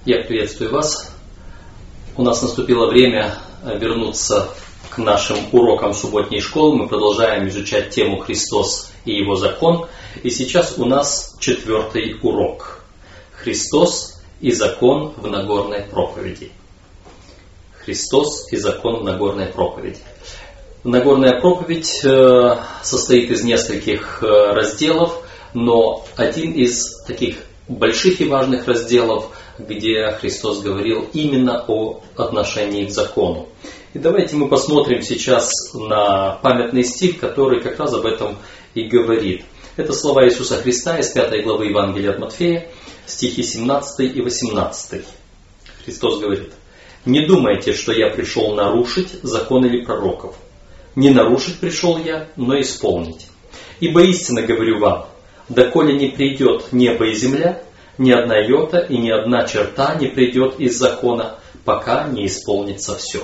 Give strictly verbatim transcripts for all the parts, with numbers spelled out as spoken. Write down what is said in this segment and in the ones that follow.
Я приветствую вас. У нас наступило время вернуться к нашим урокам субботней школы. Мы продолжаем изучать тему «Христос и Его закон». И сейчас у нас четвертый урок. Христос и закон в Нагорной проповеди. Христос и закон в Нагорной проповеди. Нагорная проповедь состоит из нескольких разделов, но один из таких больших и важных разделов, где Христос говорил именно о отношении к закону. И давайте мы посмотрим сейчас на памятный стих, который как раз об этом и говорит. Это слова Иисуса Христа из пятой главы Евангелия от Матфея, стихи семнадцатый и восемнадцатый. Христос говорит: «Не думайте, что я пришел нарушить закон или пророков. Не нарушить пришел я, но исполнить. Ибо истинно говорю вам, доколе не придет небо и земля, ни одна йота и ни одна черта не придет из закона, пока не исполнится все».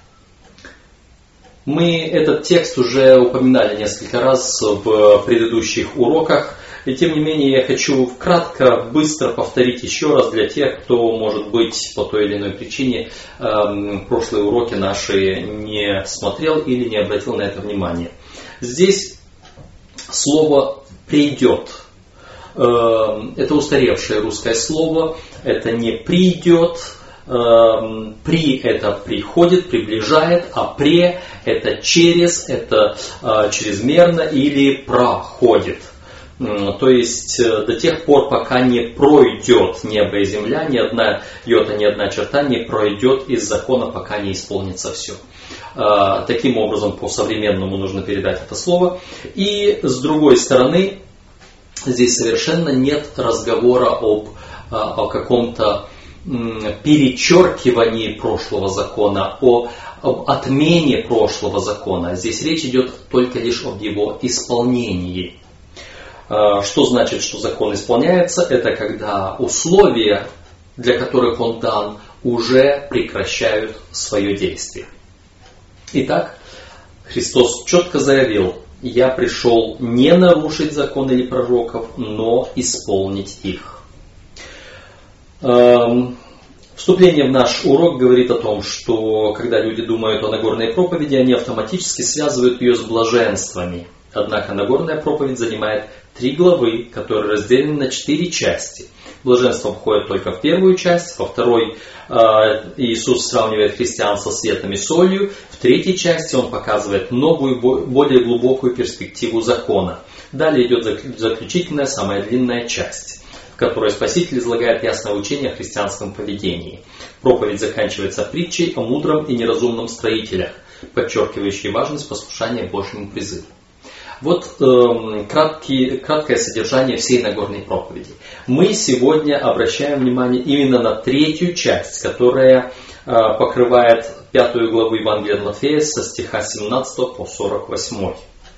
Мы этот текст уже упоминали несколько раз в предыдущих уроках, и тем не менее я хочу кратко, быстро повторить еще раз для тех, кто, может быть, по той или иной причине эм, прошлые уроки наши не смотрел или не обратил на это внимание. Здесь слово «придет». Это устаревшее русское слово, это не «придет», «при» это «приходит», «приближает», а «пре» это «через», это «чрезмерно» или «проходит». То есть до тех пор, пока не пройдет небо и земля, ни одна йота, ни одна черта не пройдет из закона, пока не исполнится все. Таким образом, по-современному нужно передать это слово. И с другой стороны, здесь совершенно нет разговора об, о каком-то перечеркивании прошлого закона, о, об отмене прошлого закона. Здесь речь идет только лишь об его исполнении. Что значит, что закон исполняется? Это когда условия, для которых он дан, уже прекращают свое действие. Итак, Христос четко заявил: «Я пришел не нарушить закон или пророков, но исполнить их». Вступление в наш урок говорит о том, что когда люди думают о Нагорной проповеди, они автоматически связывают ее с блаженствами. Однако Нагорная проповедь занимает три главы, которые разделены на четыре части. Блаженство входит только в первую часть, во второй Иисус сравнивает христиан со светом и солью, в третьей части он показывает новую, более глубокую перспективу закона. Далее идет заключительная, самая длинная часть, в которой Спаситель излагает ясное учение о христианском поведении. Проповедь заканчивается притчей о мудром и неразумном строителях, подчеркивающей важность послушания Божьему призыву. Вот э, краткий, краткое содержание всей Нагорной проповеди. Мы сегодня обращаем внимание именно на третью часть, которая э, покрывает пятую главу Евангелия от Матфея со стиха семнадцатого по сорок восьмой.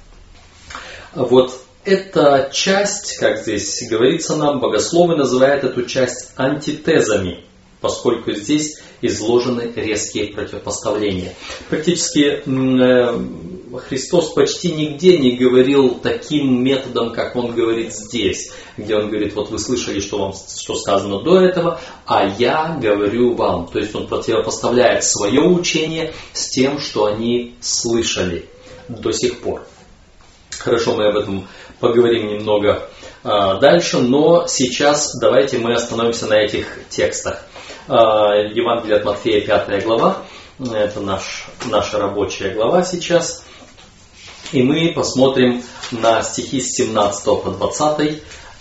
Вот эта часть, как здесь говорится нам, богословы называют эту часть антитезами, поскольку здесь изложены резкие противопоставления. Практически э, Христос почти нигде не говорил таким методом, как Он говорит здесь, где Он говорит: вот вы слышали, что, вам, что сказано до этого, а я говорю вам. То есть Он противопоставляет свое учение с тем, что они слышали до сих пор. Хорошо, мы об этом поговорим немного э, дальше, но сейчас давайте мы остановимся на этих текстах. Евангелие от Матфея, пятая глава, это наш, наша рабочая глава сейчас. И мы посмотрим на стихи с семнадцатого по двадцатый.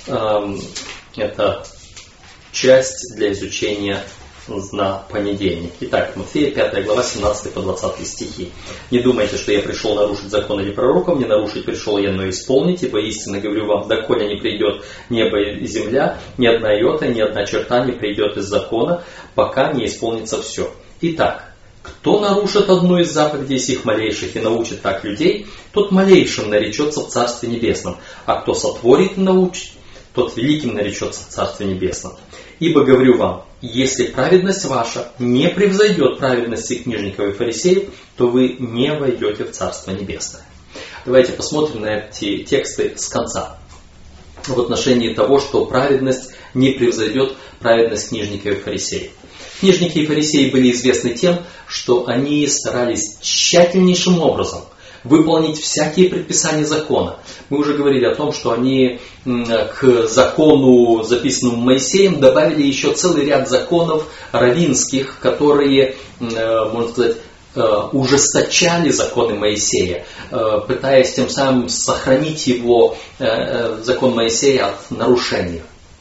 Это часть для изучения на понедельник. Итак, Матфея, пятая глава, семнадцатый по двадцатый стихи. «Не думайте, что я пришел нарушить закон или пророков, не нарушить пришел я, но исполнить, ибо истинно говорю вам, доколе не придет небо и земля, ни одна йота, ни одна черта не придет из закона, пока не исполнится все. Итак, кто нарушит одну из заповедей сих малейших и научит так людей, тот малейшим наречется в Царстве Небесном, а кто сотворит и научит, тот великим наречется в Царстве Небесном. Ибо говорю вам, если праведность ваша не превзойдет праведности книжников и фарисеев, то вы не войдете в Царство Небесное». Давайте посмотрим на эти тексты с конца. в отношении того, что праведность не превзойдет праведность книжников и фарисеев. Книжники и фарисеи были известны тем, что они старались тщательнейшим образом выполнить всякие предписания закона. Мы уже говорили о том, что они к закону, записанному Моисеем, добавили еще целый ряд законов раввинских, которые, можно сказать, ужесточали законы Моисея, пытаясь тем самым сохранить его, закон Моисея, от нарушения.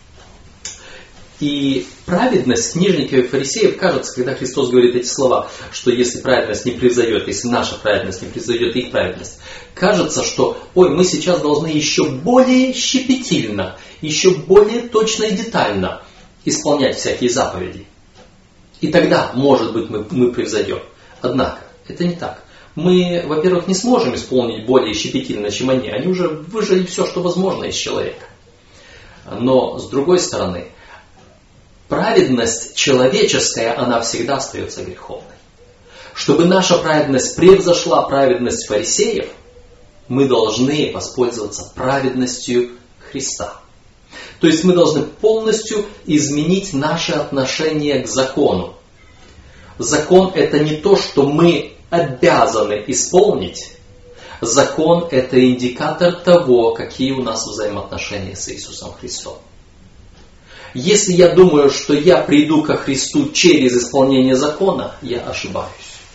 И праведность книжников и фарисеев, кажется, когда Христос говорит эти слова, что если праведность не превзойдет, если наша праведность не превзойдет их праведность, кажется, что ой, мы сейчас должны еще более щепетильно, еще более точно и детально исполнять всякие заповеди. И тогда, может быть, мы, мы превзойдем. Однако, это не так. Мы, во-первых, не сможем исполнить более щепетильно, чем они. Они уже выжили все, что возможно из человека. Но, с другой стороны, праведность человеческая, она всегда остается греховной. Чтобы наша праведность превзошла праведность фарисеев, мы должны воспользоваться праведностью Христа. То есть мы должны полностью изменить наше отношение к закону. Закон – это не то, что мы обязаны исполнить. Закон – это индикатор того, какие у нас взаимоотношения с Иисусом Христом. Если я думаю, что я приду ко Христу через исполнение закона, я ошибаюсь.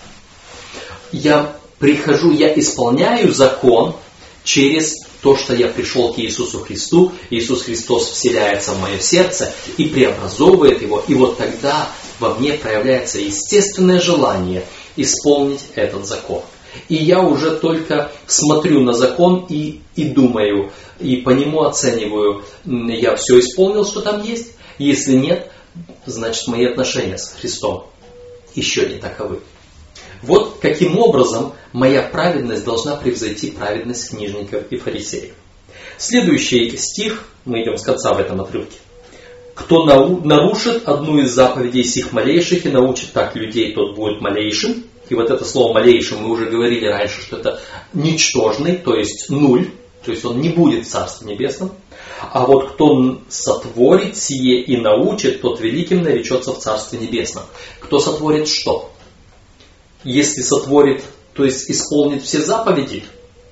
Я прихожу, я исполняю закон через то, что я пришел к Иисусу Христу. Иисус Христос вселяется в мое сердце и преобразовывает его. И вот тогда во мне проявляется естественное желание исполнить этот закон. И я уже только смотрю на закон и, и думаю, и по нему оцениваю, я все исполнил, что там есть. Если нет, значит мои отношения с Христом еще не таковы. Вот каким образом моя праведность должна превзойти праведность книжников и фарисеев. Следующий стих, мы идем с конца в этом отрывке. «Кто нарушит одну из заповедей сих малейших и научит так людей, тот будет малейшим». И вот это слово «малейшим» мы уже говорили раньше, что это ничтожный, то есть нуль, то есть он не будет в Царстве Небесном. А вот кто сотворит сие и научит, тот великим наречется в Царстве Небесном. Кто сотворит что? Если сотворит, то есть исполнит все заповеди,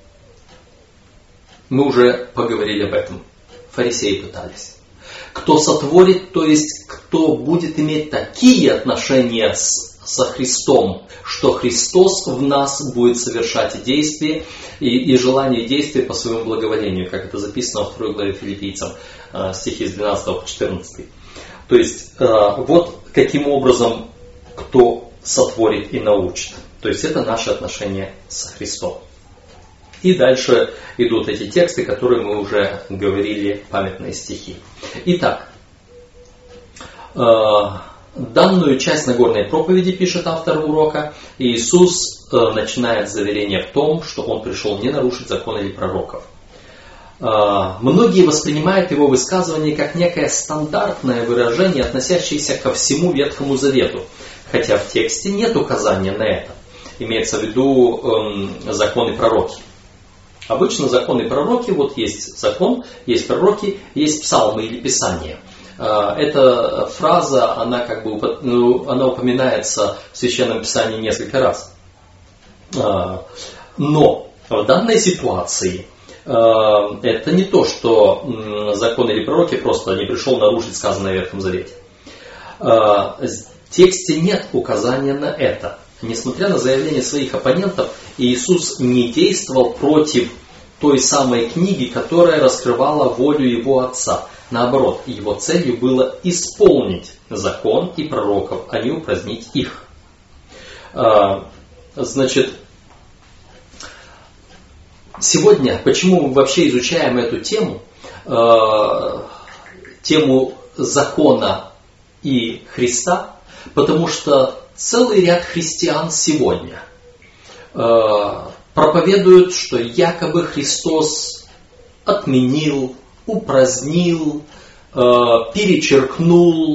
мы уже поговорили об этом. Фарисеи пытались. Кто сотворит, то есть кто будет иметь такие отношения с, со Христом, что Христос в нас будет совершать действия и, и желание действия по своему благоволению, как это записано во второй главе Филиппийцам, стихи с двенадцатого по четырнадцатый. То есть вот каким образом кто сотворит и научит. То есть это наше отношение со Христом. И дальше идут эти тексты, которые мы уже говорили, памятные стихи. Итак, данную часть Нагорной проповеди, пишет автор урока, Иисус начинает с заверения в том, что Он пришел не нарушить закон или пророков. Многие воспринимают его высказывание как некое стандартное выражение, относящееся ко всему Ветхому Завету, хотя в тексте нет указания на это. Имеется в виду эм, законы пророки. Обычно законы и пророки, вот есть закон, есть пророки, есть псалмы или писания. Эта фраза, она как бы она упоминается в Священном Писании несколько раз. Но в данной ситуации это не то, что закон или пророки просто не пришел нарушить сказанное в Ветхом Завете. В тексте нет указания на это. Несмотря на заявление своих оппонентов, Иисус не действовал против той самой книги, которая раскрывала волю Его Отца. Наоборот, Его целью было исполнить закон и пророков, а не упразднить их. Значит, сегодня, почему мы вообще изучаем эту тему, тему закона и Христа? Потому что целый ряд христиан сегодня э, проповедуют, что якобы Христос отменил, упразднил, э, перечеркнул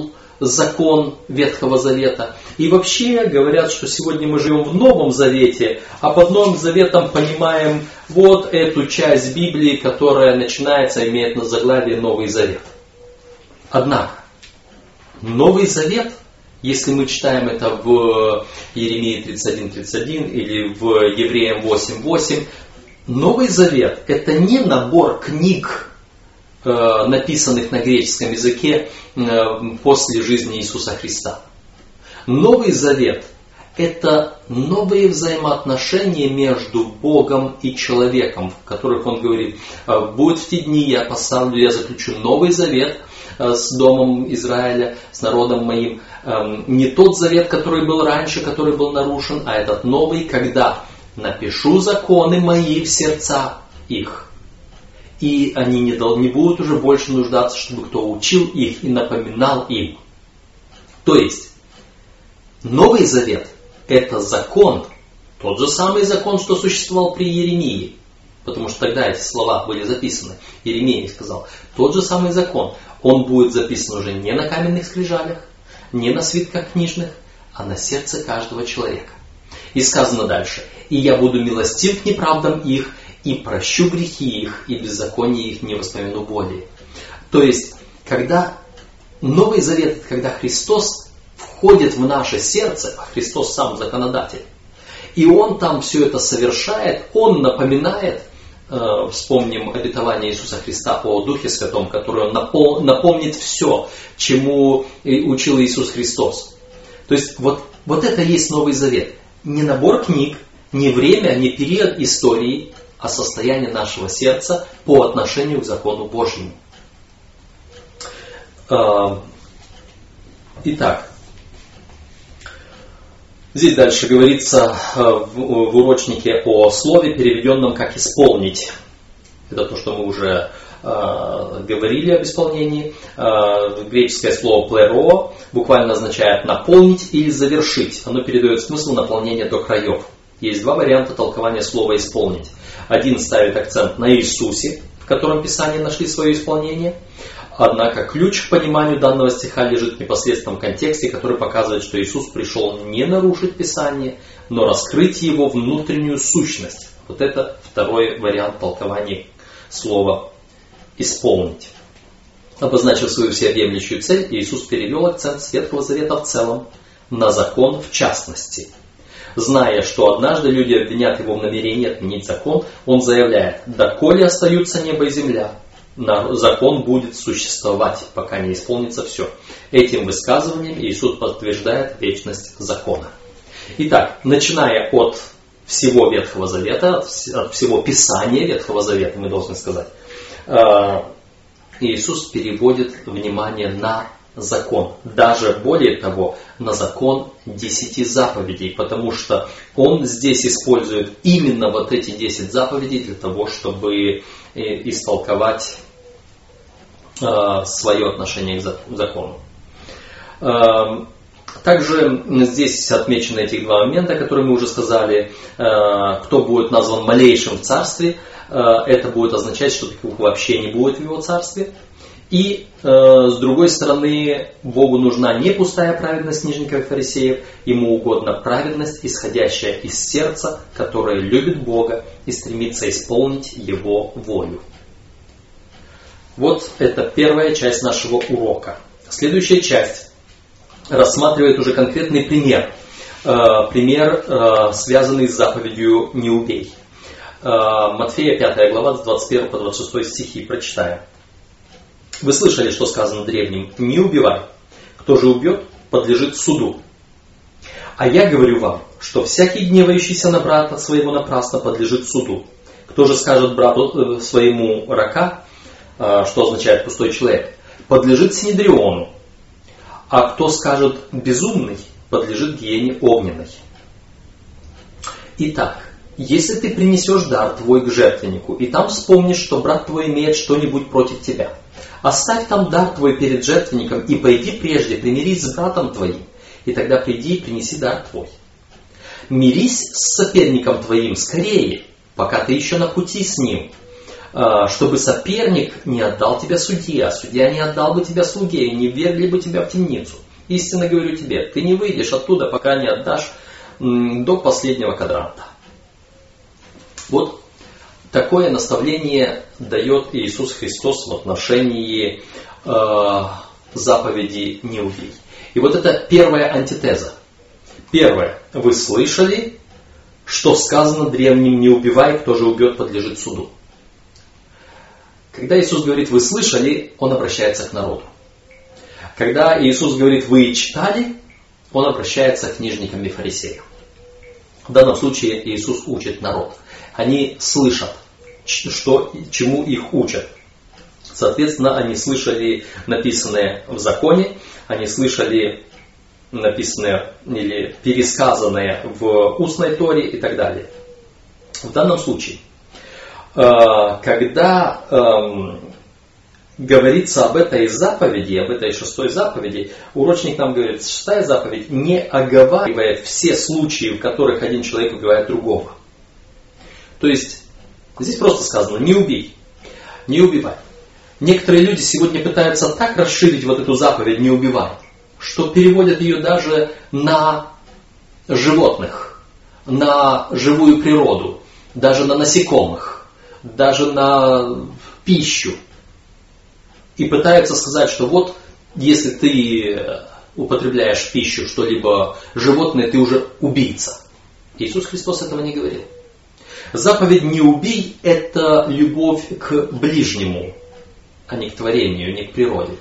закон Ветхого Завета. И вообще говорят, что сегодня мы живем в Новом Завете, а под Новым Заветом понимаем вот эту часть Библии, которая начинается, имеет на заглавие Новый Завет. Однако, Новый Завет, если мы читаем это в Иеремии тридцать один тридцать один или в Евреям восемь восемь, Новый Завет это не набор книг, написанных на греческом языке после жизни Иисуса Христа. Новый Завет – это новые взаимоотношения между Богом и человеком, в которых Он говорит: «Будет в те дни, я поставлю, я заключу новый завет с домом Израиля, с народом моим». Не тот завет, который был раньше, который был нарушен, а этот новый, когда напишу законы мои в сердца их. И они не, не будут уже больше нуждаться, чтобы кто учил их и напоминал им. То есть, Новый Завет – это закон, тот же самый закон, что существовал при Иеремии. Потому что тогда эти слова были записаны. Иеремия сказал, тот же самый закон, он будет записан уже не на каменных скрижалях, не на свитках книжных, а на сердце каждого человека. И сказано дальше, и я буду милостив к неправдам их, и прощу грехи их, и беззаконие их не воспомяну более. То есть, когда Новый Завет, когда Христос входит в наше сердце, а Христос сам законодатель, и Он там все это совершает, Он напоминает, э, вспомним обетование Иисуса Христа о Духе Святом, который Он напол, напомнит все, чему учил Иисус Христос. То есть, вот, вот это есть Новый Завет. Не набор книг, не время, не период истории, а состояние нашего сердца по отношению к закону Божьему. Итак, здесь дальше говорится в урочнике о слове, переведенном как «исполнить». Это то, что мы уже говорили об исполнении. Греческое слово «плеро» буквально означает «наполнить» или «завершить». Оно передает смысл наполнения до краев. Есть два варианта толкования слова «исполнить». Один ставит акцент на Иисусе, в котором Писание нашли свое исполнение. Однако ключ к пониманию данного стиха лежит в непосредственном контексте, который показывает, что Иисус пришел не нарушить Писание, но раскрыть его внутреннюю сущность. Вот это второй вариант толкования слова «исполнить». Обозначив свою всеобъемлющую цель, Иисус перевел акцент с Ветхого Завета в целом на закон в частности. Зная, что однажды люди обвинят его в намерении отменить закон, он заявляет: «Доколе остаются небо и земля, закон будет существовать, пока не исполнится все». Этим высказыванием Иисус подтверждает вечность закона. Итак, начиная от всего Ветхого Завета, от всего Писания Ветхого Завета, мы должны сказать, Иисус переводит внимание на закон. Даже более того, на закон десяти заповедей, потому что он здесь использует именно вот эти десять заповедей для того, чтобы истолковать свое отношение к закону. Также здесь отмечены эти два момента, которые мы уже сказали. Кто будет назван малейшим в царстве, это будет означать, что таких вообще не будет в его царстве. И э, с другой стороны, Богу нужна не пустая праведность книжников и фарисеев, Ему угодна праведность, исходящая из сердца, которое любит Бога и стремится исполнить Его волю. Вот это первая часть нашего урока. Следующая часть рассматривает уже конкретный пример. Э, пример, э, связанный с заповедью «Не убей». Э, Матфея пятая глава, с двадцать первого по двадцать шестой стихи прочитаем. Вы слышали, что сказано древним: «Не убивай. Кто же убьет, подлежит суду. А я говорю вам, что всякий гневающийся на брата своего напрасно подлежит суду. Кто же скажет брату своему рака, что означает пустой человек, подлежит синедриону. А кто скажет безумный, подлежит гиене огненной». Итак, если ты принесешь дар твой к жертвеннику, и там вспомнишь, что брат твой имеет что-нибудь против тебя, оставь там дар твой перед жертвенником и пойди прежде, примирись с братом твоим, и тогда приди и принеси дар твой. Мирись с соперником твоим скорее, пока ты еще на пути с ним, чтобы соперник не отдал тебя судье, а судья не отдал бы тебя слуге, и не ввергли бы тебя в темницу. Истинно говорю тебе, ты не выйдешь оттуда, пока не отдашь м, до последнего квадранта. Вот такое наставление дает Иисус Христос в отношении э, заповеди «не убей». И вот это первая антитеза. Первое. Вы слышали, что сказано древним «не убивай, кто же убьет, подлежит суду». Когда Иисус говорит «вы слышали», Он обращается к народу. Когда Иисус говорит «вы читали», Он обращается к книжникам и фарисеям. В данном случае Иисус учит народ. Они слышат, что, чему их учат. Соответственно, они слышали написанное в законе, они слышали написанное или пересказанное в устной Торе и так далее. В данном случае, когда говорится об этой заповеди, об этой шестой заповеди, урочник нам говорит, шестая заповедь не оговаривает все случаи, в которых один человек убивает другого. То есть, здесь просто сказано, не убей, не убивай. Некоторые люди сегодня пытаются так расширить вот эту заповедь «не убивай», что переводят ее даже на животных, на живую природу, даже на насекомых, даже на пищу. И пытаются сказать, что вот, если ты употребляешь в пищу что-либо животное, ты уже убийца. Иисус Христос этого не говорил. Заповедь «не убей» – это любовь к ближнему, а не к творению, не к природе.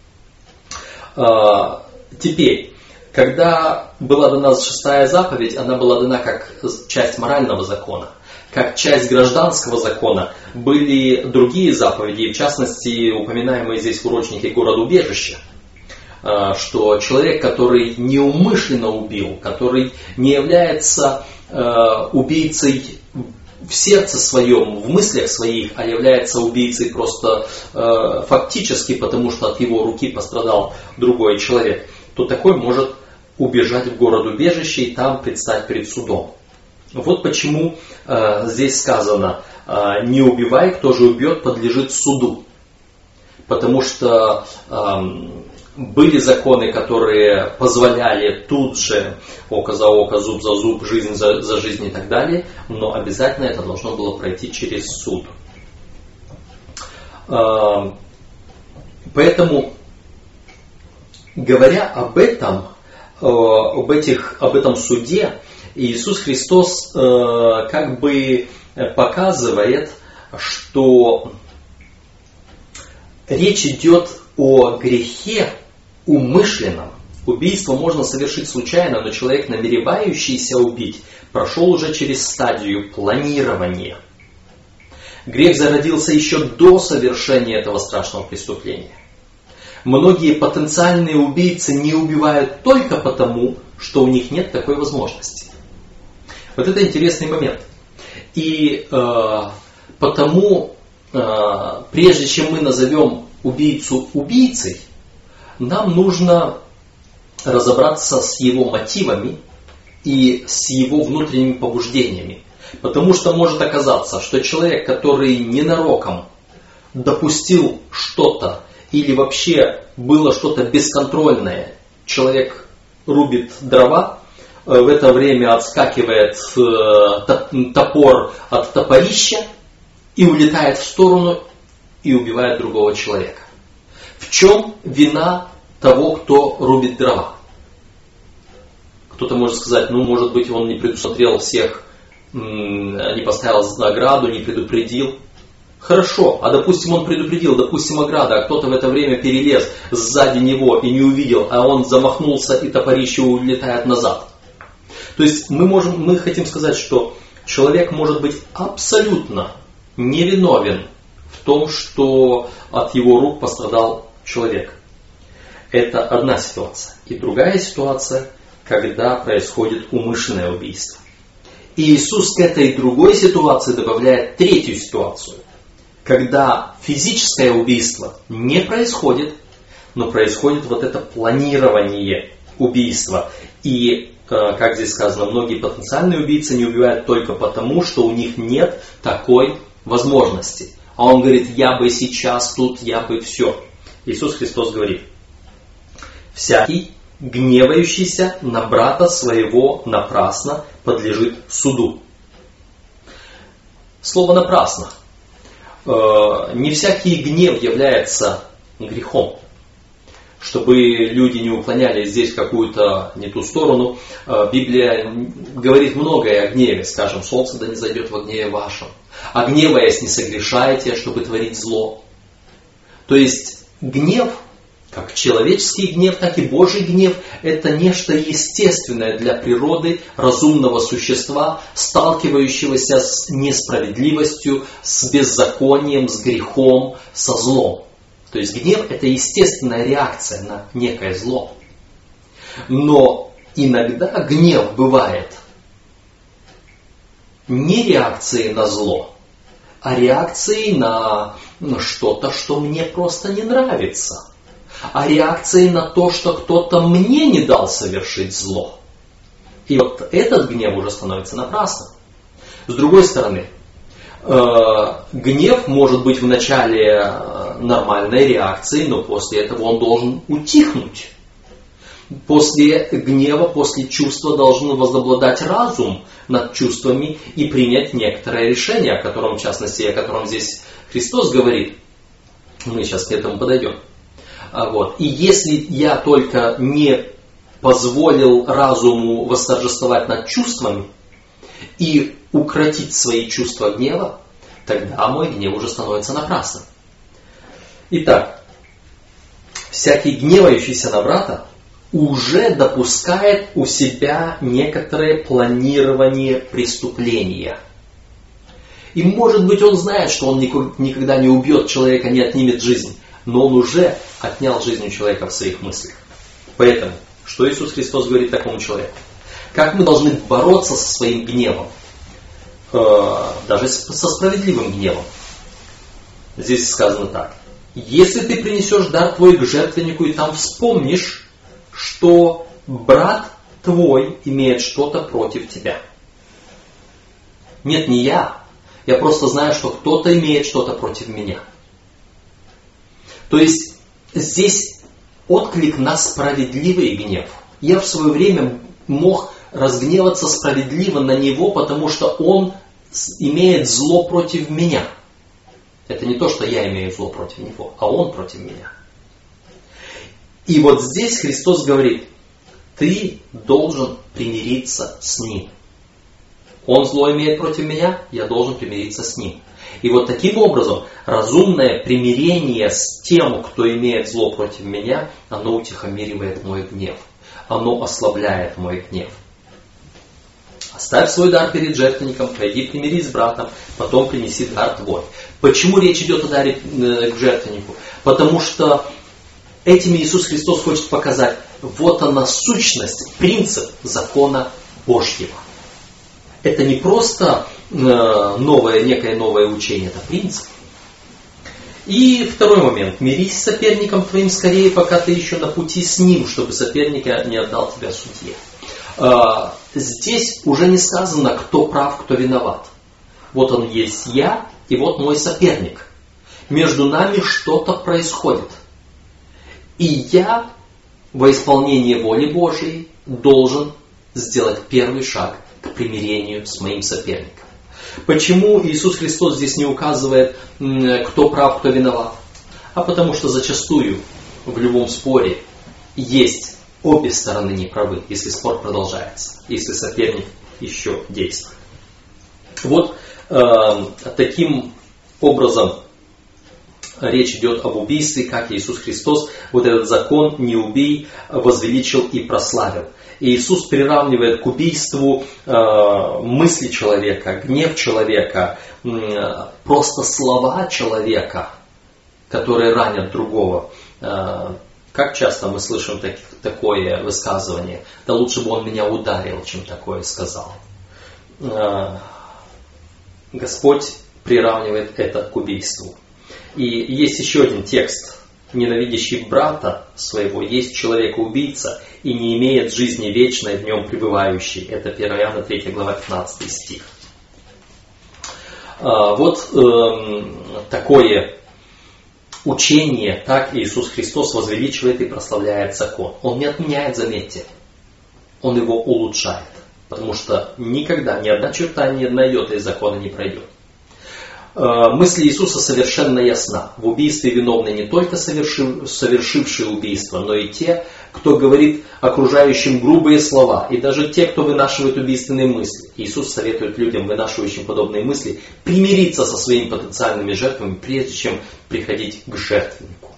Теперь, когда была дана шестая заповедь, она была дана как часть морального закона. Как часть гражданского закона были другие заповеди, в частности, упоминаемые здесь в урочнике город-убежище, что человек, который неумышленно убил, который не является убийцей в сердце своем, в мыслях своих, а является убийцей просто фактически, потому что от его руки пострадал другой человек, то такой может убежать в город-убежище и там предстать перед судом. Вот почему э, здесь сказано, э, не убивай, кто же убьет, подлежит суду. Потому что э, были законы, которые позволяли тут же око за око, зуб за зуб, жизнь за, за жизнь и так далее, но обязательно это должно было пройти через суд. Э, поэтому, говоря об этом, э, об, этих, об этом суде, Иисус Христос э, как бы показывает, что речь идет о грехе умышленном. Убийство можно совершить случайно, но человек, намеревающийся убить, прошел уже через стадию планирования. Грех зародился еще до совершения этого страшного преступления. Многие потенциальные убийцы не убивают только потому, что у них нет такой возможности. Вот это интересный момент. И э, потому, э, прежде чем мы назовем убийцу убийцей, нам нужно разобраться с его мотивами и с его внутренними побуждениями. Потому что может оказаться, что человек, который ненароком допустил что-то или вообще было что-то бесконтрольное, человек рубит дрова, в это время отскакивает топор от топорища и улетает в сторону и убивает другого человека. В чем вина того, кто рубит дрова? Кто-то может сказать, ну, может быть, он не предусмотрел всех, не поставил ограду, не предупредил. Хорошо, а допустим, он предупредил, допустим, ограда, а кто-то в это время перелез сзади него и не увидел, а он замахнулся и топорище улетает назад. То есть мы, можем, мы хотим сказать, что человек может быть абсолютно невиновен в том, что от его рук пострадал человек. Это одна ситуация. И другая ситуация, когда происходит умышленное убийство. И Иисус к этой другой ситуации добавляет третью ситуацию. Когда физическое убийство не происходит, но происходит вот это планирование убийства. И, как здесь сказано, многие потенциальные убийцы не убивают только потому, что у них нет такой возможности. А он говорит, я бы сейчас тут, я бы все. Иисус Христос говорит, всякий, гневающийся на брата своего напрасно подлежит суду. Слово «напрасно». Не всякий гнев является грехом. Чтобы люди не уклонялись здесь в какую-то не ту сторону, Библия говорит многое о гневе. Скажем, солнце да не зайдет во гневе вашем. А гневаясь не согрешайте, чтобы творить зло. То есть гнев, как человеческий гнев, так и Божий гнев, это нечто естественное для природы разумного существа, сталкивающегося с несправедливостью, с беззаконием, с грехом, со злом. То есть гнев – это естественная реакция на некое зло. Но иногда гнев бывает не реакцией на зло, а реакцией на что-то, что мне просто не нравится. А реакцией на то, что кто-то мне не дал совершить зло. И вот этот гнев уже становится напрасным. С другой стороны, гнев может быть в начале нормальной реакцией, но после этого он должен утихнуть. После гнева, после чувства должен возобладать разум над чувствами и принять некоторое решение, о котором, в частности, о котором здесь Христос говорит. Мы сейчас к этому подойдем. Вот. И если я только не позволил разуму восторжествовать над чувствами и укротить свои чувства гнева, тогда мой гнев уже становится напрасным. Итак, всякий гневающийся на брата уже допускает у себя некоторое планирование преступления. И может быть он знает, что он никогда не убьет человека, не отнимет жизнь, но он уже отнял жизнь у человека в своих мыслях. Поэтому, что Иисус Христос говорит такому человеку? Как мы должны бороться со своим гневом? Даже со справедливым гневом. Здесь сказано так. Если ты принесешь дар твой к жертвеннику и там вспомнишь, что брат твой имеет что-то против тебя. Нет, не я. Я просто знаю, что кто-то имеет что-то против меня. То есть здесь отклик на справедливый гнев. Я в свое время мог разгневаться справедливо на него, потому что он имеет зло против меня. Это не то, что я имею зло против него, а он против меня. И вот здесь Христос говорит, ты должен примириться с ним. Он зло имеет против меня, я должен примириться с ним. И вот таким образом разумное примирение с тем, кто имеет зло против меня, оно утихомиривает мой гнев. Оно ослабляет мой гнев. Оставь свой дар перед жертвенником, пойди примирись с братом, потом принеси дар твой. Почему речь идет о даре к жертвеннику? Потому что этим Иисус Христос хочет показать, вот она сущность, принцип закона Божьего. Это не просто новое, некое новое учение, это принцип. И второй момент. Мирись с соперником твоим скорее, пока ты еще на пути с ним, чтобы соперник не отдал тебя судье. Здесь уже не сказано, кто прав, кто виноват. Вот он есть я, и вот мой соперник. Между нами что-то происходит. И я во исполнении воли Божьей должен сделать первый шаг к примирению с моим соперником. Почему Иисус Христос здесь не указывает, кто прав, кто виноват? А потому что зачастую в любом споре есть обе стороны неправы, если спор продолжается, если соперник еще действует. Вот э, таким образом речь идет об убийстве, как Иисус Христос вот этот закон «не убий» возвеличил и прославил. И Иисус приравнивает к убийству э, мысли человека, гнев человека, э, просто слова человека, которые ранят другого. Э, как часто мы слышим так, такое высказывание? Да лучше бы он меня ударил, чем такое сказал. Э, Господь приравнивает это к убийству. И есть еще один текст. Ненавидящий брата своего есть человека-убийца и не имеет жизни вечной в нем пребывающей. Это первое Иоанна третья глава пятнадцатый стих. Вот э, такое учение, так Иисус Христос возвеличивает и прославляет закон. Он не отменяет, заметьте, Он его улучшает. Потому что никогда ни одна черта, ни одна йота из закона не пройдет. Мысль Иисуса совершенно ясна. В убийстве виновны не только совершив, совершившие убийство, но и те, кто говорит окружающим грубые слова, и даже те, кто вынашивает убийственные мысли. Иисус советует людям, вынашивающим подобные мысли, примириться со своими потенциальными жертвами, прежде чем приходить к жертвеннику.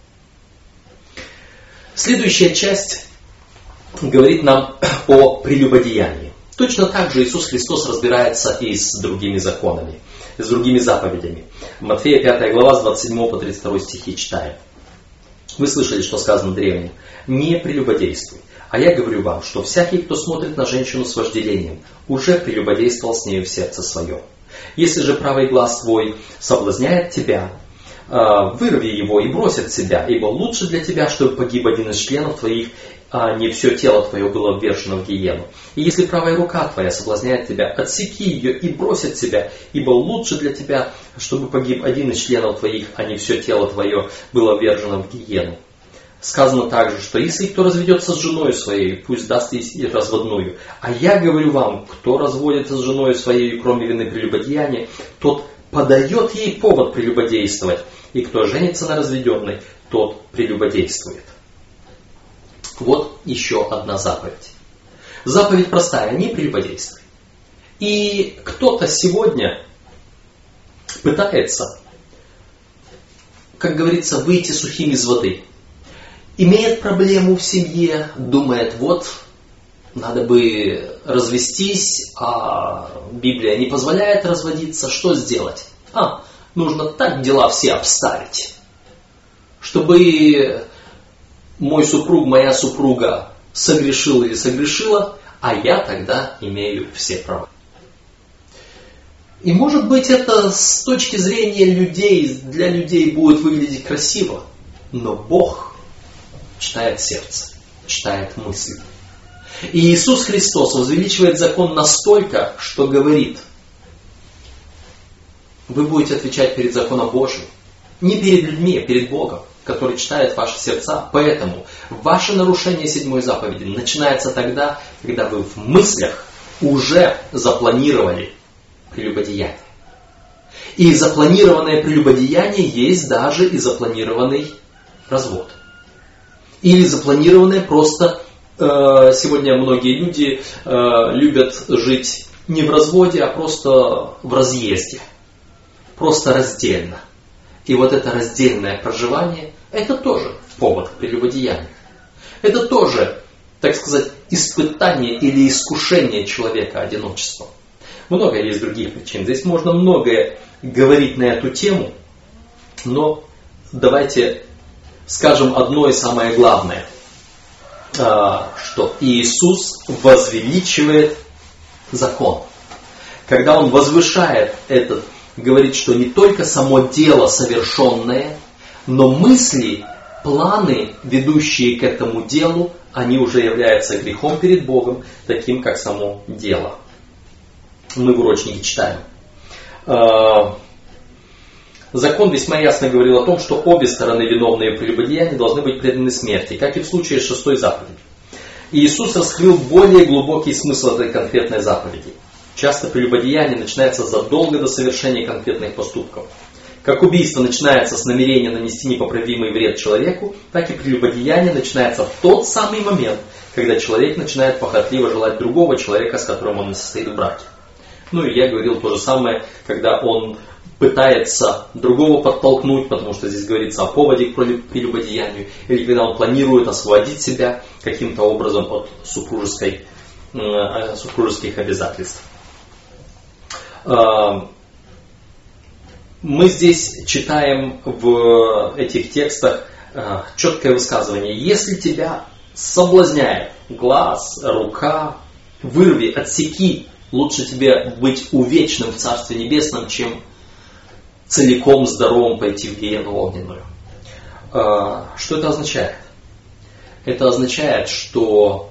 Следующая часть говорит нам о прелюбодеянии. Точно так же Иисус Христос разбирается и с другими законами, с другими заповедями. Матфея пятая глава с двадцать седьмого по тридцать второй стихи читаем. Вы слышали, что сказано древним: «Не прелюбодействуй, а я говорю вам, что всякий, кто смотрит на женщину с вожделением, уже прелюбодействовал с нею в сердце своем. Если же правый глаз твой соблазняет тебя, вырви его и брось от себя, ибо лучше для тебя, чтобы погиб один из членов твоих, а не все тело твое было ввержено в гиену. И если правая рука твоя соблазняет тебя, отсеки ее и брось от себя, ибо лучше для тебя, чтобы погиб один из членов твоих, а не все тело твое было ввержено в гиену». Сказано также, что если кто разведется с женой своей, пусть даст ей разводную. А я говорю вам, кто разводится с женой своей, кроме вины прелюбодеяния, тот подает ей повод прелюбодействовать, и кто женится на разведенной, тот прелюбодействует. Вот еще одна заповедь. Заповедь простая: не прелюбодействуй. И кто-то сегодня пытается, как говорится, выйти сухим из воды. Имеет проблему в семье, думает, вот, надо бы развестись, а Библия не позволяет разводиться, что сделать? А, нужно так дела все обставить, чтобы мой супруг, моя супруга согрешила или согрешила, а я тогда имею все права. И может быть это с точки зрения людей, для людей будет выглядеть красиво, но Бог читает сердце, читает мысли. И Иисус Христос возвеличивает закон настолько, что говорит: вы будете отвечать перед законом Божьим, не перед людьми, а перед Богом, который читает ваши сердца. Поэтому ваше нарушение седьмой заповеди начинается тогда, когда вы в мыслях уже запланировали прелюбодеяние. И запланированное прелюбодеяние есть даже и запланированный развод. Или запланированное просто, э, сегодня многие люди э, любят жить не в разводе, а просто в разъезде. Просто раздельно. И вот это раздельное проживание, это тоже повод к прелюбодеянию. Это тоже, так сказать, испытание или искушение человека одиночеством. Много есть других причин. Здесь можно многое говорить на эту тему, но давайте скажем одно и самое главное, что Иисус возвеличивает закон. Когда Он возвышает этот, говорит, что не только само дело совершенное, но мысли, планы, ведущие к этому делу, они уже являются грехом перед Богом, таким как само дело. Мы в урочнике читаем. Закон весьма ясно говорил о том, что обе стороны, виновные в прелюбодеянии, должны быть преданы смерти, как и в случае с шестой заповедью. И Иисус раскрыл более глубокий смысл этой конкретной заповеди. Часто прелюбодеяние начинается задолго до совершения конкретных поступков. Как убийство начинается с намерения нанести непоправимый вред человеку, так и прелюбодеяние начинается в тот самый момент, когда человек начинает похотливо желать другого человека, с которым он не состоит в браке. Ну и я говорил то же самое, когда он пытается другого подтолкнуть, потому что здесь говорится о поводе к прелюбодеянию, или когда он планирует освободить себя каким-то образом от супружеской, э, супружеских обязательств. Э, мы здесь читаем в этих текстах э, четкое высказывание: если тебя соблазняет глаз, рука, вырви, отсеки, лучше тебе быть увечным в Царстве Небесном, чем целиком здоровым пойти в гиену огненную. Что это означает? Это означает, что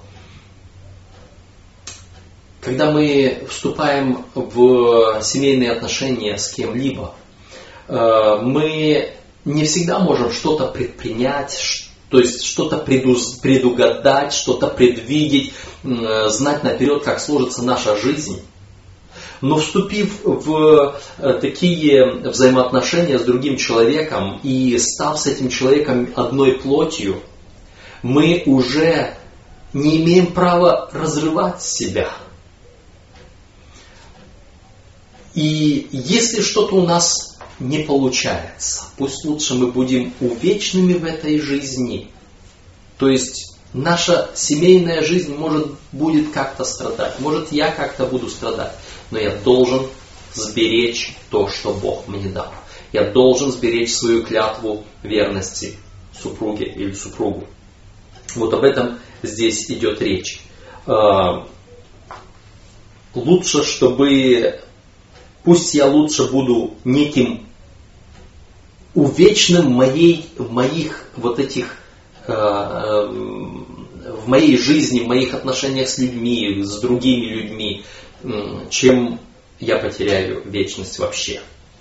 когда мы вступаем в семейные отношения с кем-либо, мы не всегда можем что-то предпринять, то есть что-то предугадать, что-то предвидеть, знать наперед, как сложится наша жизнь. Но вступив в такие взаимоотношения с другим человеком и став с этим человеком одной плотью, мы уже не имеем права разрывать себя. И если что-то у нас не получается, пусть лучше мы будем увечными в этой жизни. То есть наша семейная жизнь может будет как-то страдать, может я как-то буду страдать, но я должен сберечь то, что Бог мне дал. Я должен сберечь свою клятву верности супруге или супругу. Вот об этом здесь идет речь. Лучше, чтобы... Пусть я лучше буду неким увечным моей, в моих вот этих, э, в моей жизни, в моих отношениях с людьми, с другими людьми, чем я потеряю вечность вообще.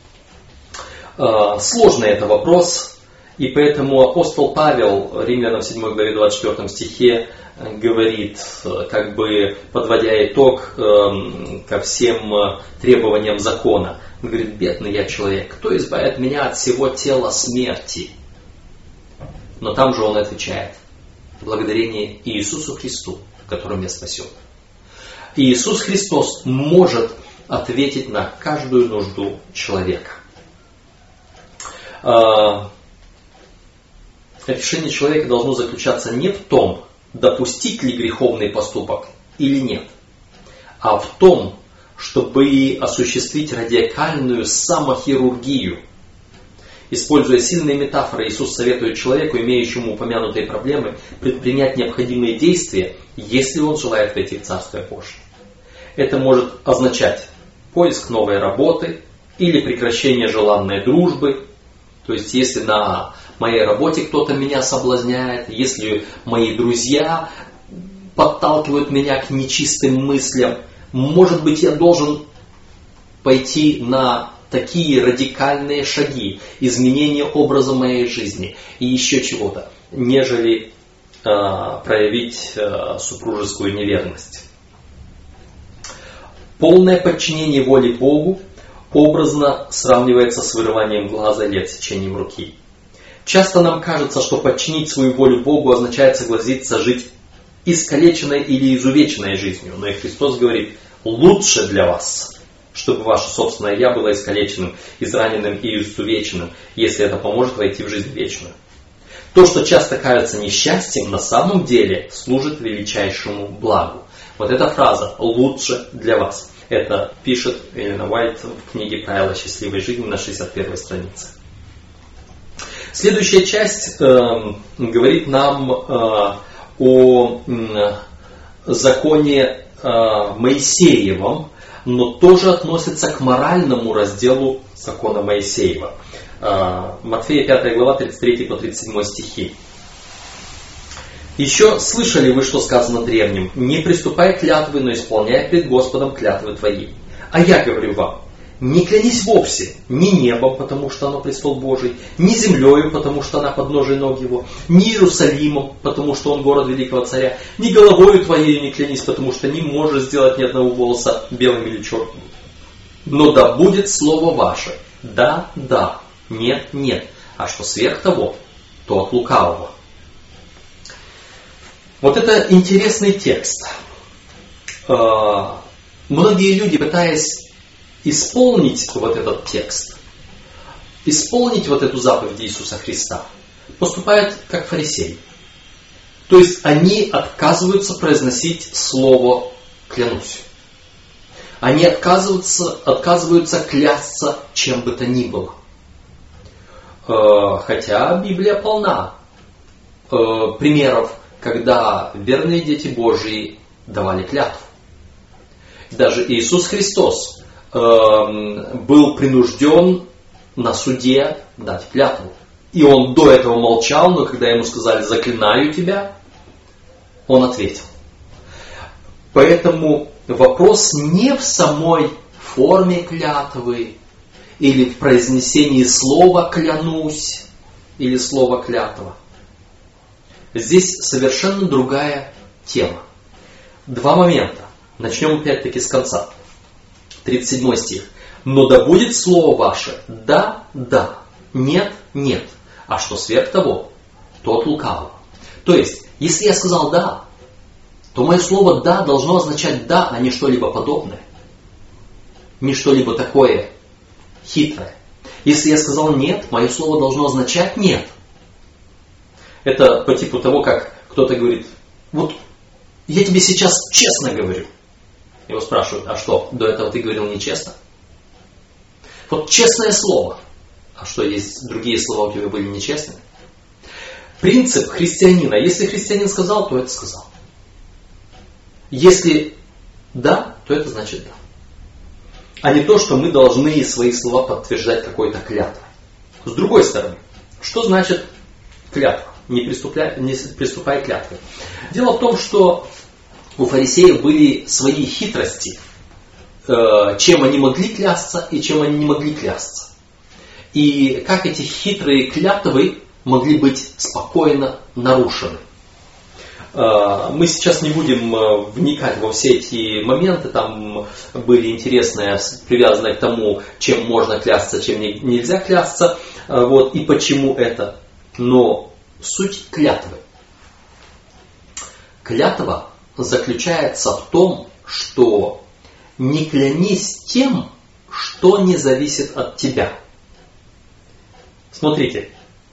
Э, сложный это вопрос, и поэтому апостол Павел, Римлянам седьмой главе двадцать четвёртом стихе, говорит, как бы подводя итог э, ко всем требованиям закона. Он говорит: бедный я человек, кто избавит меня от всего тела смерти? Но там же он отвечает: благодарение Иисусу Христу, которым я спасен. И Иисус Христос может ответить на каждую нужду человека. Э, решение человека должно заключаться не в том, допустить ли греховный поступок или нет, а в том, чтобы осуществить радикальную самохирургию. Используя сильные метафоры, Иисус советует человеку, имеющему упомянутые проблемы, предпринять необходимые действия, если он желает войти в Царствие Божие. Это может означать поиск новой работы или прекращение желанной дружбы. То есть, если на моей работе кто-то меня соблазняет, если мои друзья подталкивают меня к нечистым мыслям, может быть, я должен пойти на такие радикальные шаги, изменения образа моей жизни и еще чего-то, нежели э, проявить э, супружескую неверность. Полное подчинение воле Богу образно сравнивается с вырыванием глаза или отсечением руки. Часто нам кажется, что подчинить свою волю Богу означает согласиться жить искалеченной или изувеченной жизнью. Но и Христос говорит: лучше для вас, чтобы ваше собственное «я» было искалеченным, израненным и изувеченным, если это поможет войти в жизнь вечную. То, что часто кажется несчастьем, на самом деле служит величайшему благу. Вот эта фраза «лучше для вас». Это пишет Эллен Уайт в книге «Правила счастливой жизни» на шестьдесят первой странице. Следующая часть э, говорит нам э, о э, законе э, Моисеевом, но тоже относится к моральному разделу закона Моисеева. Э, Матфея пятая глава, тридцать третий по тридцать седьмой стихи. «Еще слышали вы, что сказано древним: не приступай клятвы, но исполняй пред Господом клятвы твои. А я говорю вам, не клянись вовсе, ни небом, потому что оно престол Божий, ни землею, потому что она подножие ног его, ни Иерусалимом, потому что он город великого царя, ни головою твоей не клянись, потому что не можешь сделать ни одного волоса белым или черным. Но да будет слово ваше, да, да, нет, нет, а что сверх того, то от лукавого». Вот это интересный текст. Многие люди, пытаясь исполнить вот этот текст, исполнить вот эту заповедь Иисуса Христа, поступают как фарисеи. То есть они отказываются произносить слово «клянусь». Они отказываются, отказываются клясться чем бы то ни было. Хотя Библия полна примеров, когда верные дети Божьи давали клятву. Даже Иисус Христос э, был принужден на суде дать клятву. И он до этого молчал, но когда ему сказали «заклинаю тебя», он ответил. Поэтому вопрос не в самой форме клятвы или в произнесении слова «клянусь», или слово клятва. Здесь совершенно другая тема. Два момента. Начнем опять-таки с конца. тридцать седьмой стих. «Но да будет слово ваше, да, да, нет, нет, а что сверх того, тот лукавый». То есть, если я сказал «да», то мое слово «да» должно означать «да», а не что-либо подобное. Не что-либо такое хитрое. Если я сказал «нет», мое слово должно означать «нет». Это по типу того, как кто-то говорит: вот я тебе сейчас честно говорю. Его спрашивают: а что, до этого ты говорил нечестно? Вот честное слово. А что, есть другие слова у тебя были нечестными? Принцип христианина. Если христианин сказал, то это сказал. Если да, то это значит да. А не то, что мы должны свои слова подтверждать какой-то клятвой. С другой стороны, что значит клятва? Не приступая, не приступая к клятве. Дело в том, что у фарисеев были свои хитрости, чем они могли клясться и чем они не могли клясться. И как эти хитрые клятвы могли быть спокойно нарушены. Мы сейчас не будем вникать во все эти моменты, там были интересные, привязанные к тому, чем можно клясться, чем нельзя клясться, вот, и почему это. Но суть клятвы. Клятва заключается в том, что не клянись тем, что не зависит от тебя. Смотрите,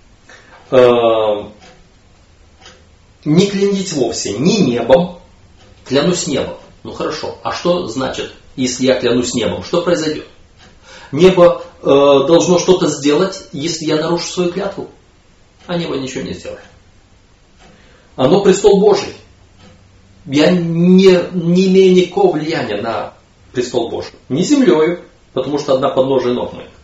не клянитесь вовсе ни небом, клянусь небом. Ну хорошо, а что значит, если я клянусь небом? Что произойдет? Небо э, должно что-то сделать, если я нарушу свою клятву, а небо ничего не сделает. Оно престол Божий. Я не, не имею никакого влияния на престол Божий. Не землею, потому что одна подножие ног моих.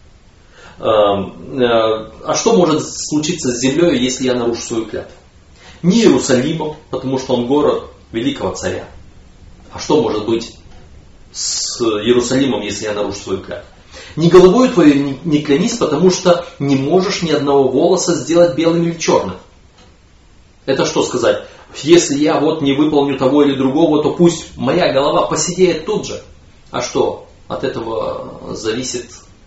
А что может случиться с землей, если я нарушу свою клятву? Не Иерусалимом, потому что он город великого царя. А что может быть с Иерусалимом, если я нарушу свою клятву? Не головой твоей не клянись, потому что не можешь ни одного волоса сделать белым или черным. Это что сказать? Если я вот не выполню того или другого, то пусть моя голова посидеет тут же. А что, от этого зависит,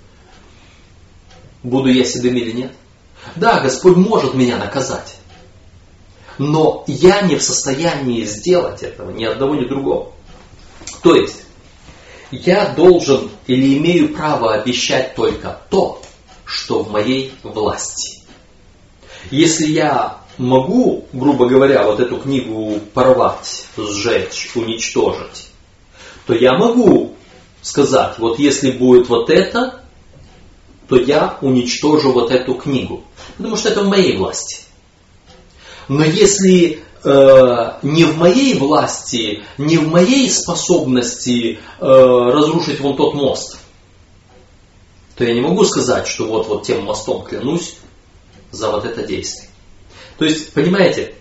буду я седым или нет? Да, Господь может меня наказать. Но я не в состоянии сделать этого, ни одного, ни другого. То есть, я должен или имею право обещать только то, что в моей власти. Если я могу, грубо говоря, вот эту книгу порвать, сжечь, уничтожить, то я могу сказать, вот если будет вот это, то я уничтожу вот эту книгу. Потому что это в моей власти. Но если э, не в моей власти, не в моей способности э, разрушить вон тот мост, то я не могу сказать, что вот, вот тем мостом клянусь за вот это действие. То есть, понимаете,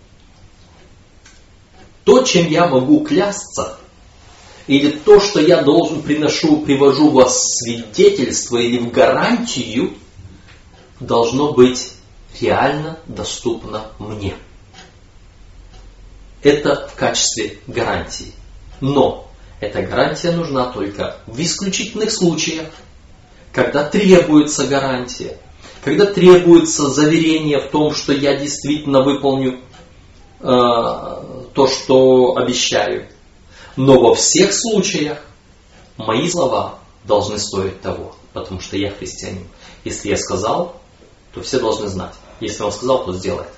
то, чем я могу клясться, или то, что я должен приношу, привожу во свидетельство или в гарантию, должно быть реально доступно мне. Это в качестве гарантии. Но эта гарантия нужна только в исключительных случаях, когда требуется гарантия, когда требуется заверение в том, что я действительно выполню э, то, что обещаю. Но во всех случаях мои слова должны стоить того, потому что я христианин. Если я сказал, то все должны знать. Если он сказал, то сделает.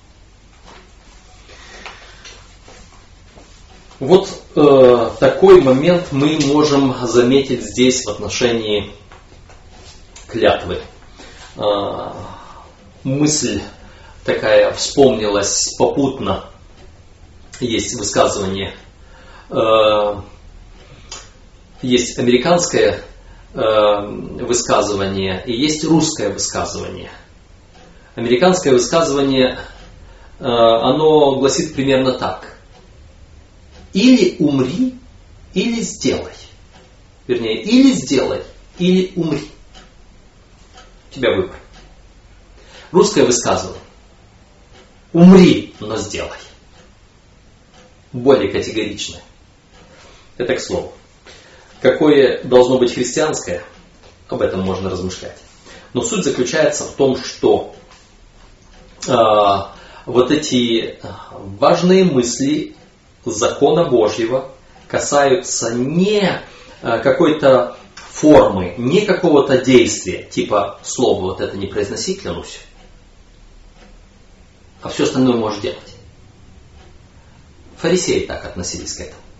Вот э, такой момент мы можем заметить здесь в отношении клятвы. Э, мысль такая вспомнилась попутно. Есть высказывание. Э, есть американское э, высказывание и есть русское высказывание. Американское высказывание, э, оно гласит примерно так. Или умри, или сделай. Вернее, или сделай, или умри. У тебя выбор. Русское высказывание. Умри, но сделай. Более категоричное. Это к слову. Какое должно быть христианское, об этом можно размышлять. Но суть заключается в том, что э, вот эти важные мысли закона Божьего касаются не какой-то формы, не какого-то действия, типа слово вот это не произноси, клянусь, а все остальное можешь делать. Фарисеи так относились к этому.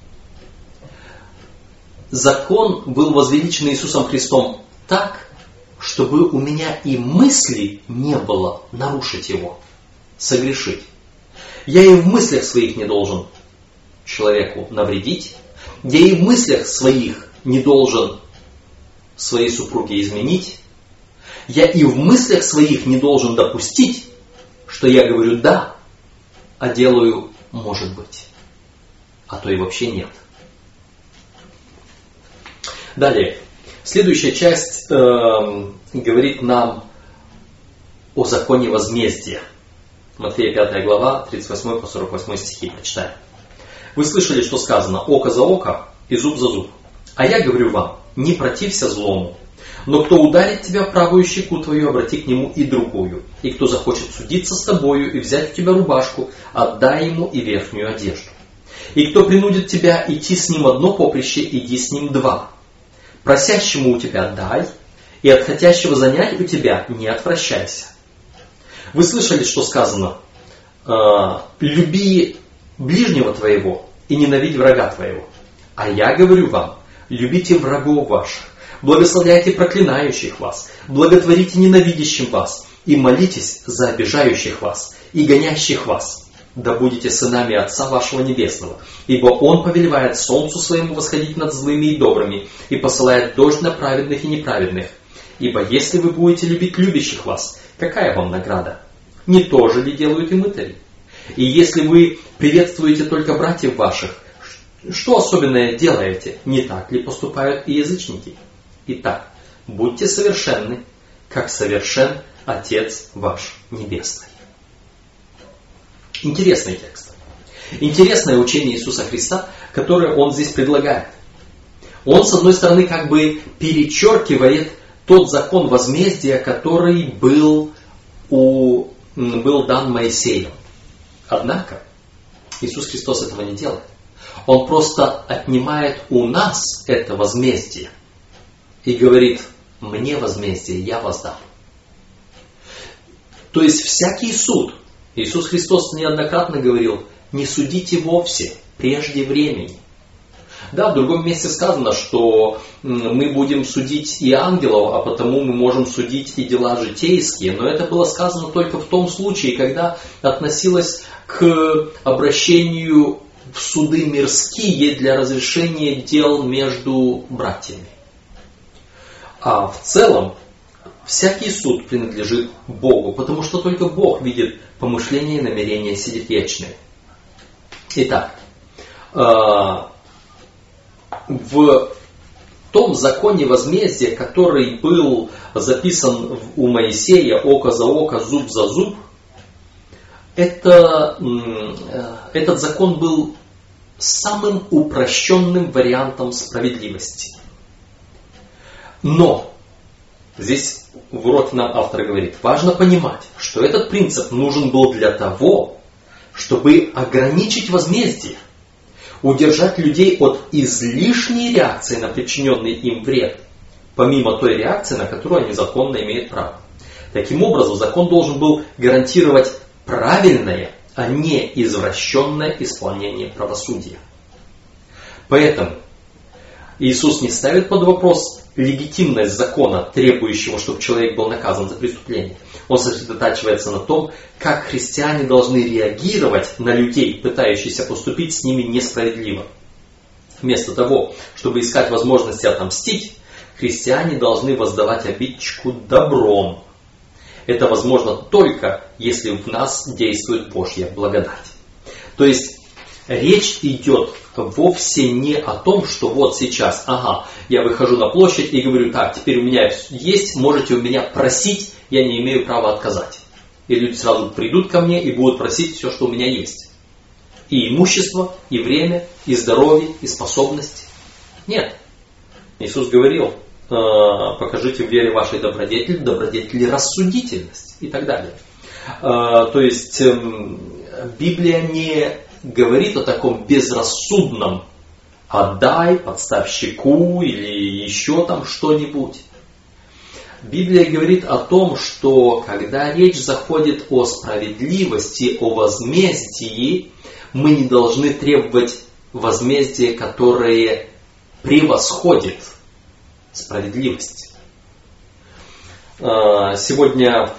Закон был возвеличен Иисусом Христом так, чтобы у меня и мысли не было нарушить его, согрешить. Я и в мыслях своих не должен человеку навредить, я и в мыслях своих не должен своей супруге изменить, я и в мыслях своих не должен допустить, что я говорю «да», а делаю «может быть», а то и вообще нет. Далее, следующая часть э, говорит нам о законе возмездия. Матфея пятая глава, тридцать восьмой по сорок восьмой стихи, прочитаем. Вы слышали, что сказано «око за око и зуб за зуб». А я говорю вам, не протився злому, но кто ударит тебя в правую щеку твою, обрати к нему и другую. И кто захочет судиться с тобою и взять у тебя рубашку, отдай ему и верхнюю одежду. И кто принудит тебя идти с ним одно поприще, иди с ним два. Просящему у тебя дай, и от хотящего занять у тебя не отвращайся. Вы слышали, что сказано «люби ближнего твоего и ненавидь врага твоего». А я говорю вам, любите врагов ваших, благословляйте проклинающих вас, благотворите ненавидящим вас, и молитесь за обижающих вас и гонящих вас. Да будете сынами Отца вашего Небесного, ибо Он повелевает солнцу своему восходить над злыми и добрыми, и посылает дождь на праведных и неправедных. Ибо если вы будете любить любящих вас, какая вам награда? Не то же ли делают и мытари? И если вы приветствуете только братьев ваших, что особенное делаете? Не так ли поступают и язычники? Итак, будьте совершенны, как совершен Отец ваш Небесный. Интересный текст. Интересное учение Иисуса Христа, которое Он здесь предлагает. Он, с одной стороны, как бы перечеркивает тот закон возмездия, который был, у, был дан Моисеем. Однако, Иисус Христос этого не делает. Он просто отнимает у нас это возмездие и говорит, мне возмездие я воздам. То есть всякий суд, Иисус Христос неоднократно говорил, не судите вовсе, прежде времени. Да, в другом месте сказано, что мы будем судить и ангелов, а потому мы можем судить и дела житейские. Но это было сказано только в том случае, когда относилось к обращению в суды мирские для разрешения дел между братьями. А в целом, всякий суд принадлежит Богу, потому что только Бог видит помышления и намерения сердечные. Итак, в том законе возмездия, который был записан у Моисея, око за око, зуб за зуб, это, этот закон был самым упрощенным вариантом справедливости. Но, здесь в уроке нам автор говорит, важно понимать, что этот принцип нужен был для того, чтобы ограничить возмездие, удержать людей от излишней реакции на причиненный им вред, помимо той реакции, на которую они законно имеют право. Таким образом, закон должен был гарантировать правильное, а не извращенное исполнение правосудия. Поэтому Иисус не ставит под вопрос легитимность закона, требующего, чтобы человек был наказан за преступление. Он сосредотачивается на том, как христиане должны реагировать на людей, пытающихся поступить с ними несправедливо. Вместо того, чтобы искать возможности отомстить, христиане должны воздавать обидчику добром. Это возможно только, если в нас действует Божья благодать. То есть, речь идет вовсе не о том, что вот сейчас, ага, я выхожу на площадь и говорю, так, теперь у меня есть, можете у меня просить, я не имею права отказать. И люди сразу придут ко мне и будут просить все, что у меня есть. И имущество, и время, и здоровье, и способности. Нет. Иисус говорил, покажите в вере вашей добродетели, добродетели рассудительность и так далее. То есть Библия не говорит о таком безрассудном отдай, подставь щеку или еще там что-нибудь. Библия говорит о том, что когда речь заходит о справедливости, о возмездии, мы не должны требовать возмездия, которое превосходит справедливость. Сегодня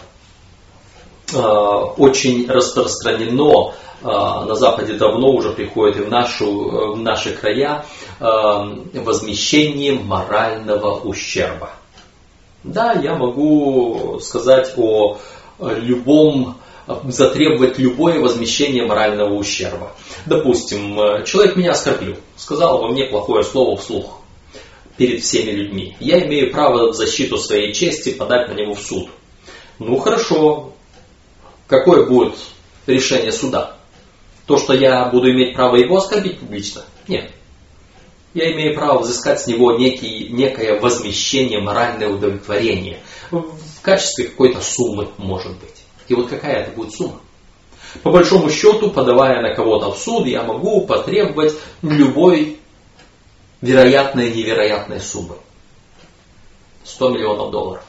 очень распространено, на Западе давно уже приходит и в, нашу, в наши края, возмещение морального ущерба. Да, я могу сказать о любом, затребовать любое возмещение морального ущерба. Допустим, человек меня оскорбил, сказал обо мне плохое слово вслух перед всеми людьми. Я имею право в защиту своей чести подать на него в суд. Ну хорошо, какое будет решение суда? То, что я буду иметь право его оскорбить публично? Нет. Я имею право взыскать с него некий, некое возмещение, моральное удовлетворение. В качестве какой-то суммы, может быть. И вот какая это будет сумма? По большому счету, подавая на кого-то в суд, я могу потребовать любой вероятной и невероятной суммы. сто миллионов долларов.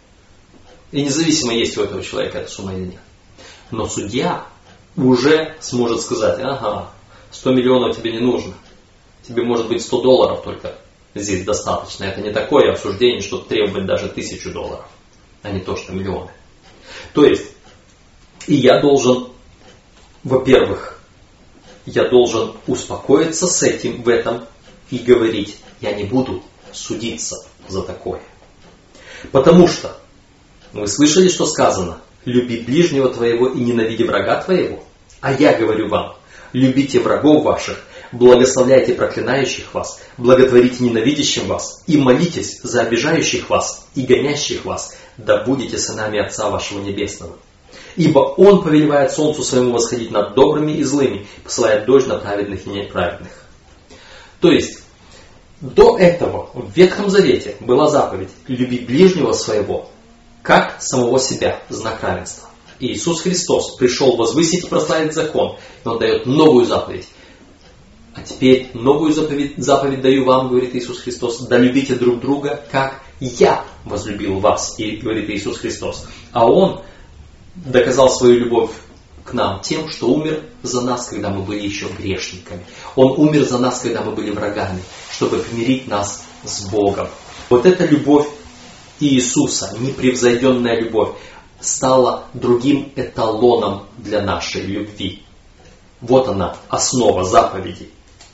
И независимо, есть у этого человека эта сумма или нет. Но судья уже сможет сказать, ага, сто миллионов тебе не нужно. Тебе может быть сто долларов только здесь достаточно. Это не такое обсуждение, что требовать даже тысячу долларов, а не то, что миллионы. То есть, и я должен, во-первых, я должен успокоиться с этим, в этом и говорить, я не буду судиться за такое. Потому что, вы слышали, что сказано, люби ближнего твоего и ненавиди врага твоего. А я говорю вам, любите врагов ваших, благословляйте проклинающих вас, благотворите ненавидящим вас и молитесь за обижающих вас и гонящих вас, да будете сынами Отца вашего Небесного. Ибо Он повелевает солнцу своему восходить над добрыми и злыми, посылает дождь на праведных и неправедных. То есть, до этого в Ветхом Завете была заповедь «люби ближнего своего, как самого себя», знак равенства. И Иисус Христос пришел возвысить и прославить закон, и Он дает новую заповедь. А теперь новую заповедь, заповедь даю вам, говорит Иисус Христос, да любите друг друга, как я возлюбил вас, и говорит Иисус Христос. А Он доказал свою любовь к нам тем, что умер за нас, когда мы были еще грешниками. Он умер за нас, когда мы были врагами, чтобы примирить нас с Богом. Вот эта любовь Иисуса, непревзойденная любовь, стала другим эталоном для нашей любви. Вот она, основа заповедей.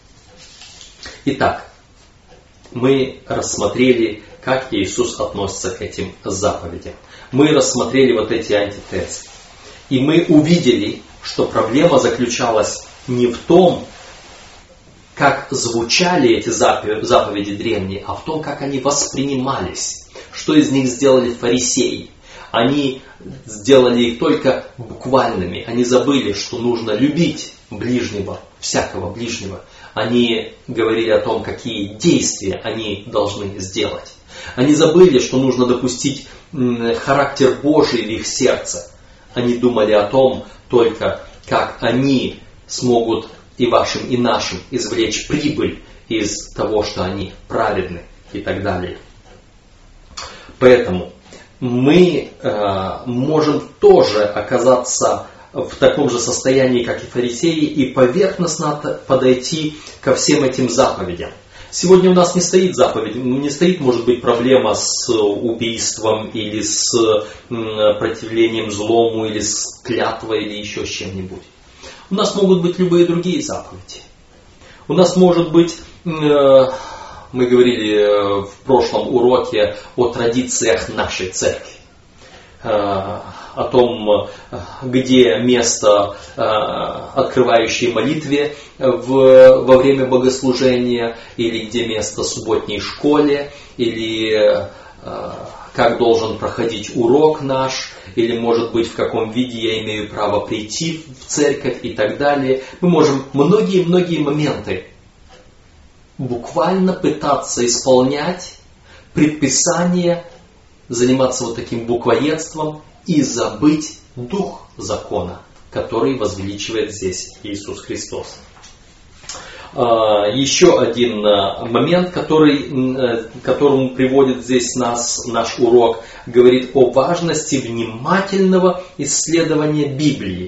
Итак, мы рассмотрели, как Иисус относится к этим заповедям. Мы рассмотрели вот эти антитезы. И мы увидели, что проблема заключалась не в том, как звучали эти заповеди древние, а в том, как они воспринимались. Что из них сделали фарисеи. Они сделали их только буквальными. Они забыли, что нужно любить ближнего, всякого ближнего. Они говорили о том, какие действия они должны сделать. Они забыли, что нужно допустить характер Божий в их сердце. Они думали о том только, как они смогут и вашим, и нашим извлечь прибыль из того, что они праведны и так далее. Поэтому мы э, можем тоже оказаться в таком же состоянии, как и фарисеи, и поверхностно подойти ко всем этим заповедям. Сегодня у нас не стоит заповедь, не стоит, может быть, проблема с убийством или с противлением злому, или с клятвой, или еще с чем-нибудь. У нас могут быть любые другие заповеди. У нас может быть, мы говорили в прошлом уроке о традициях нашей церкви. О том, где место, открывающее молитве в, во время богослужения, или где место субботней школе, или как должен проходить урок наш, или может быть в каком виде я имею право прийти в церковь и так далее. Мы можем многие-многие моменты буквально пытаться исполнять предписания, заниматься вот таким буквоедством и забыть дух закона, который возвеличивает здесь Иисус Христос. Еще один момент, который, к которому приводит здесь нас наш урок, говорит о важности внимательного исследования Библии.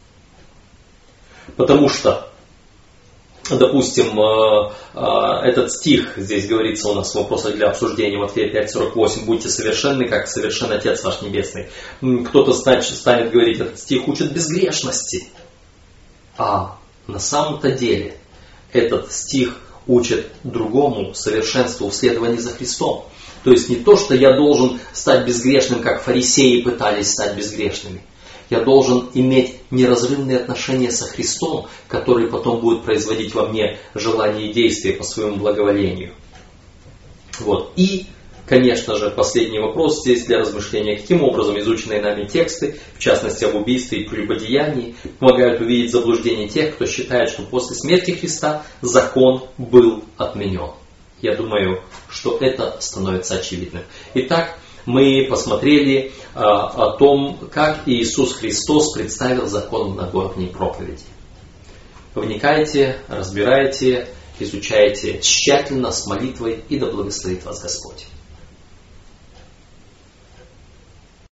Потому что, допустим, этот стих, здесь говорится у нас в вопросах для обсуждения, Матфея пять сорок восемь, «Будьте совершенны, как совершен Отец ваш Небесный». Кто-то станет говорить, этот стих учит безгрешности. А на самом-то деле этот стих учит другому совершенству в следовании за Христом. То есть не то, что я должен стать безгрешным, как фарисеи пытались стать безгрешными. Я должен иметь неразрывные отношения со Христом, который потом будет производить во мне желание и действия по своему благоволению. Вот. И, конечно же, последний вопрос здесь для размышления. Каким образом изученные нами тексты, в частности об убийстве и прелюбодеянии, помогают увидеть заблуждение тех, кто считает, что после смерти Христа закон был отменен? Я думаю, что это становится очевидным. Итак, мы посмотрели а, о том, как Иисус Христос представил закон в Нагорной проповеди. Вникайте, разбирайте, изучайте тщательно, с молитвой, и да благословит вас Господь.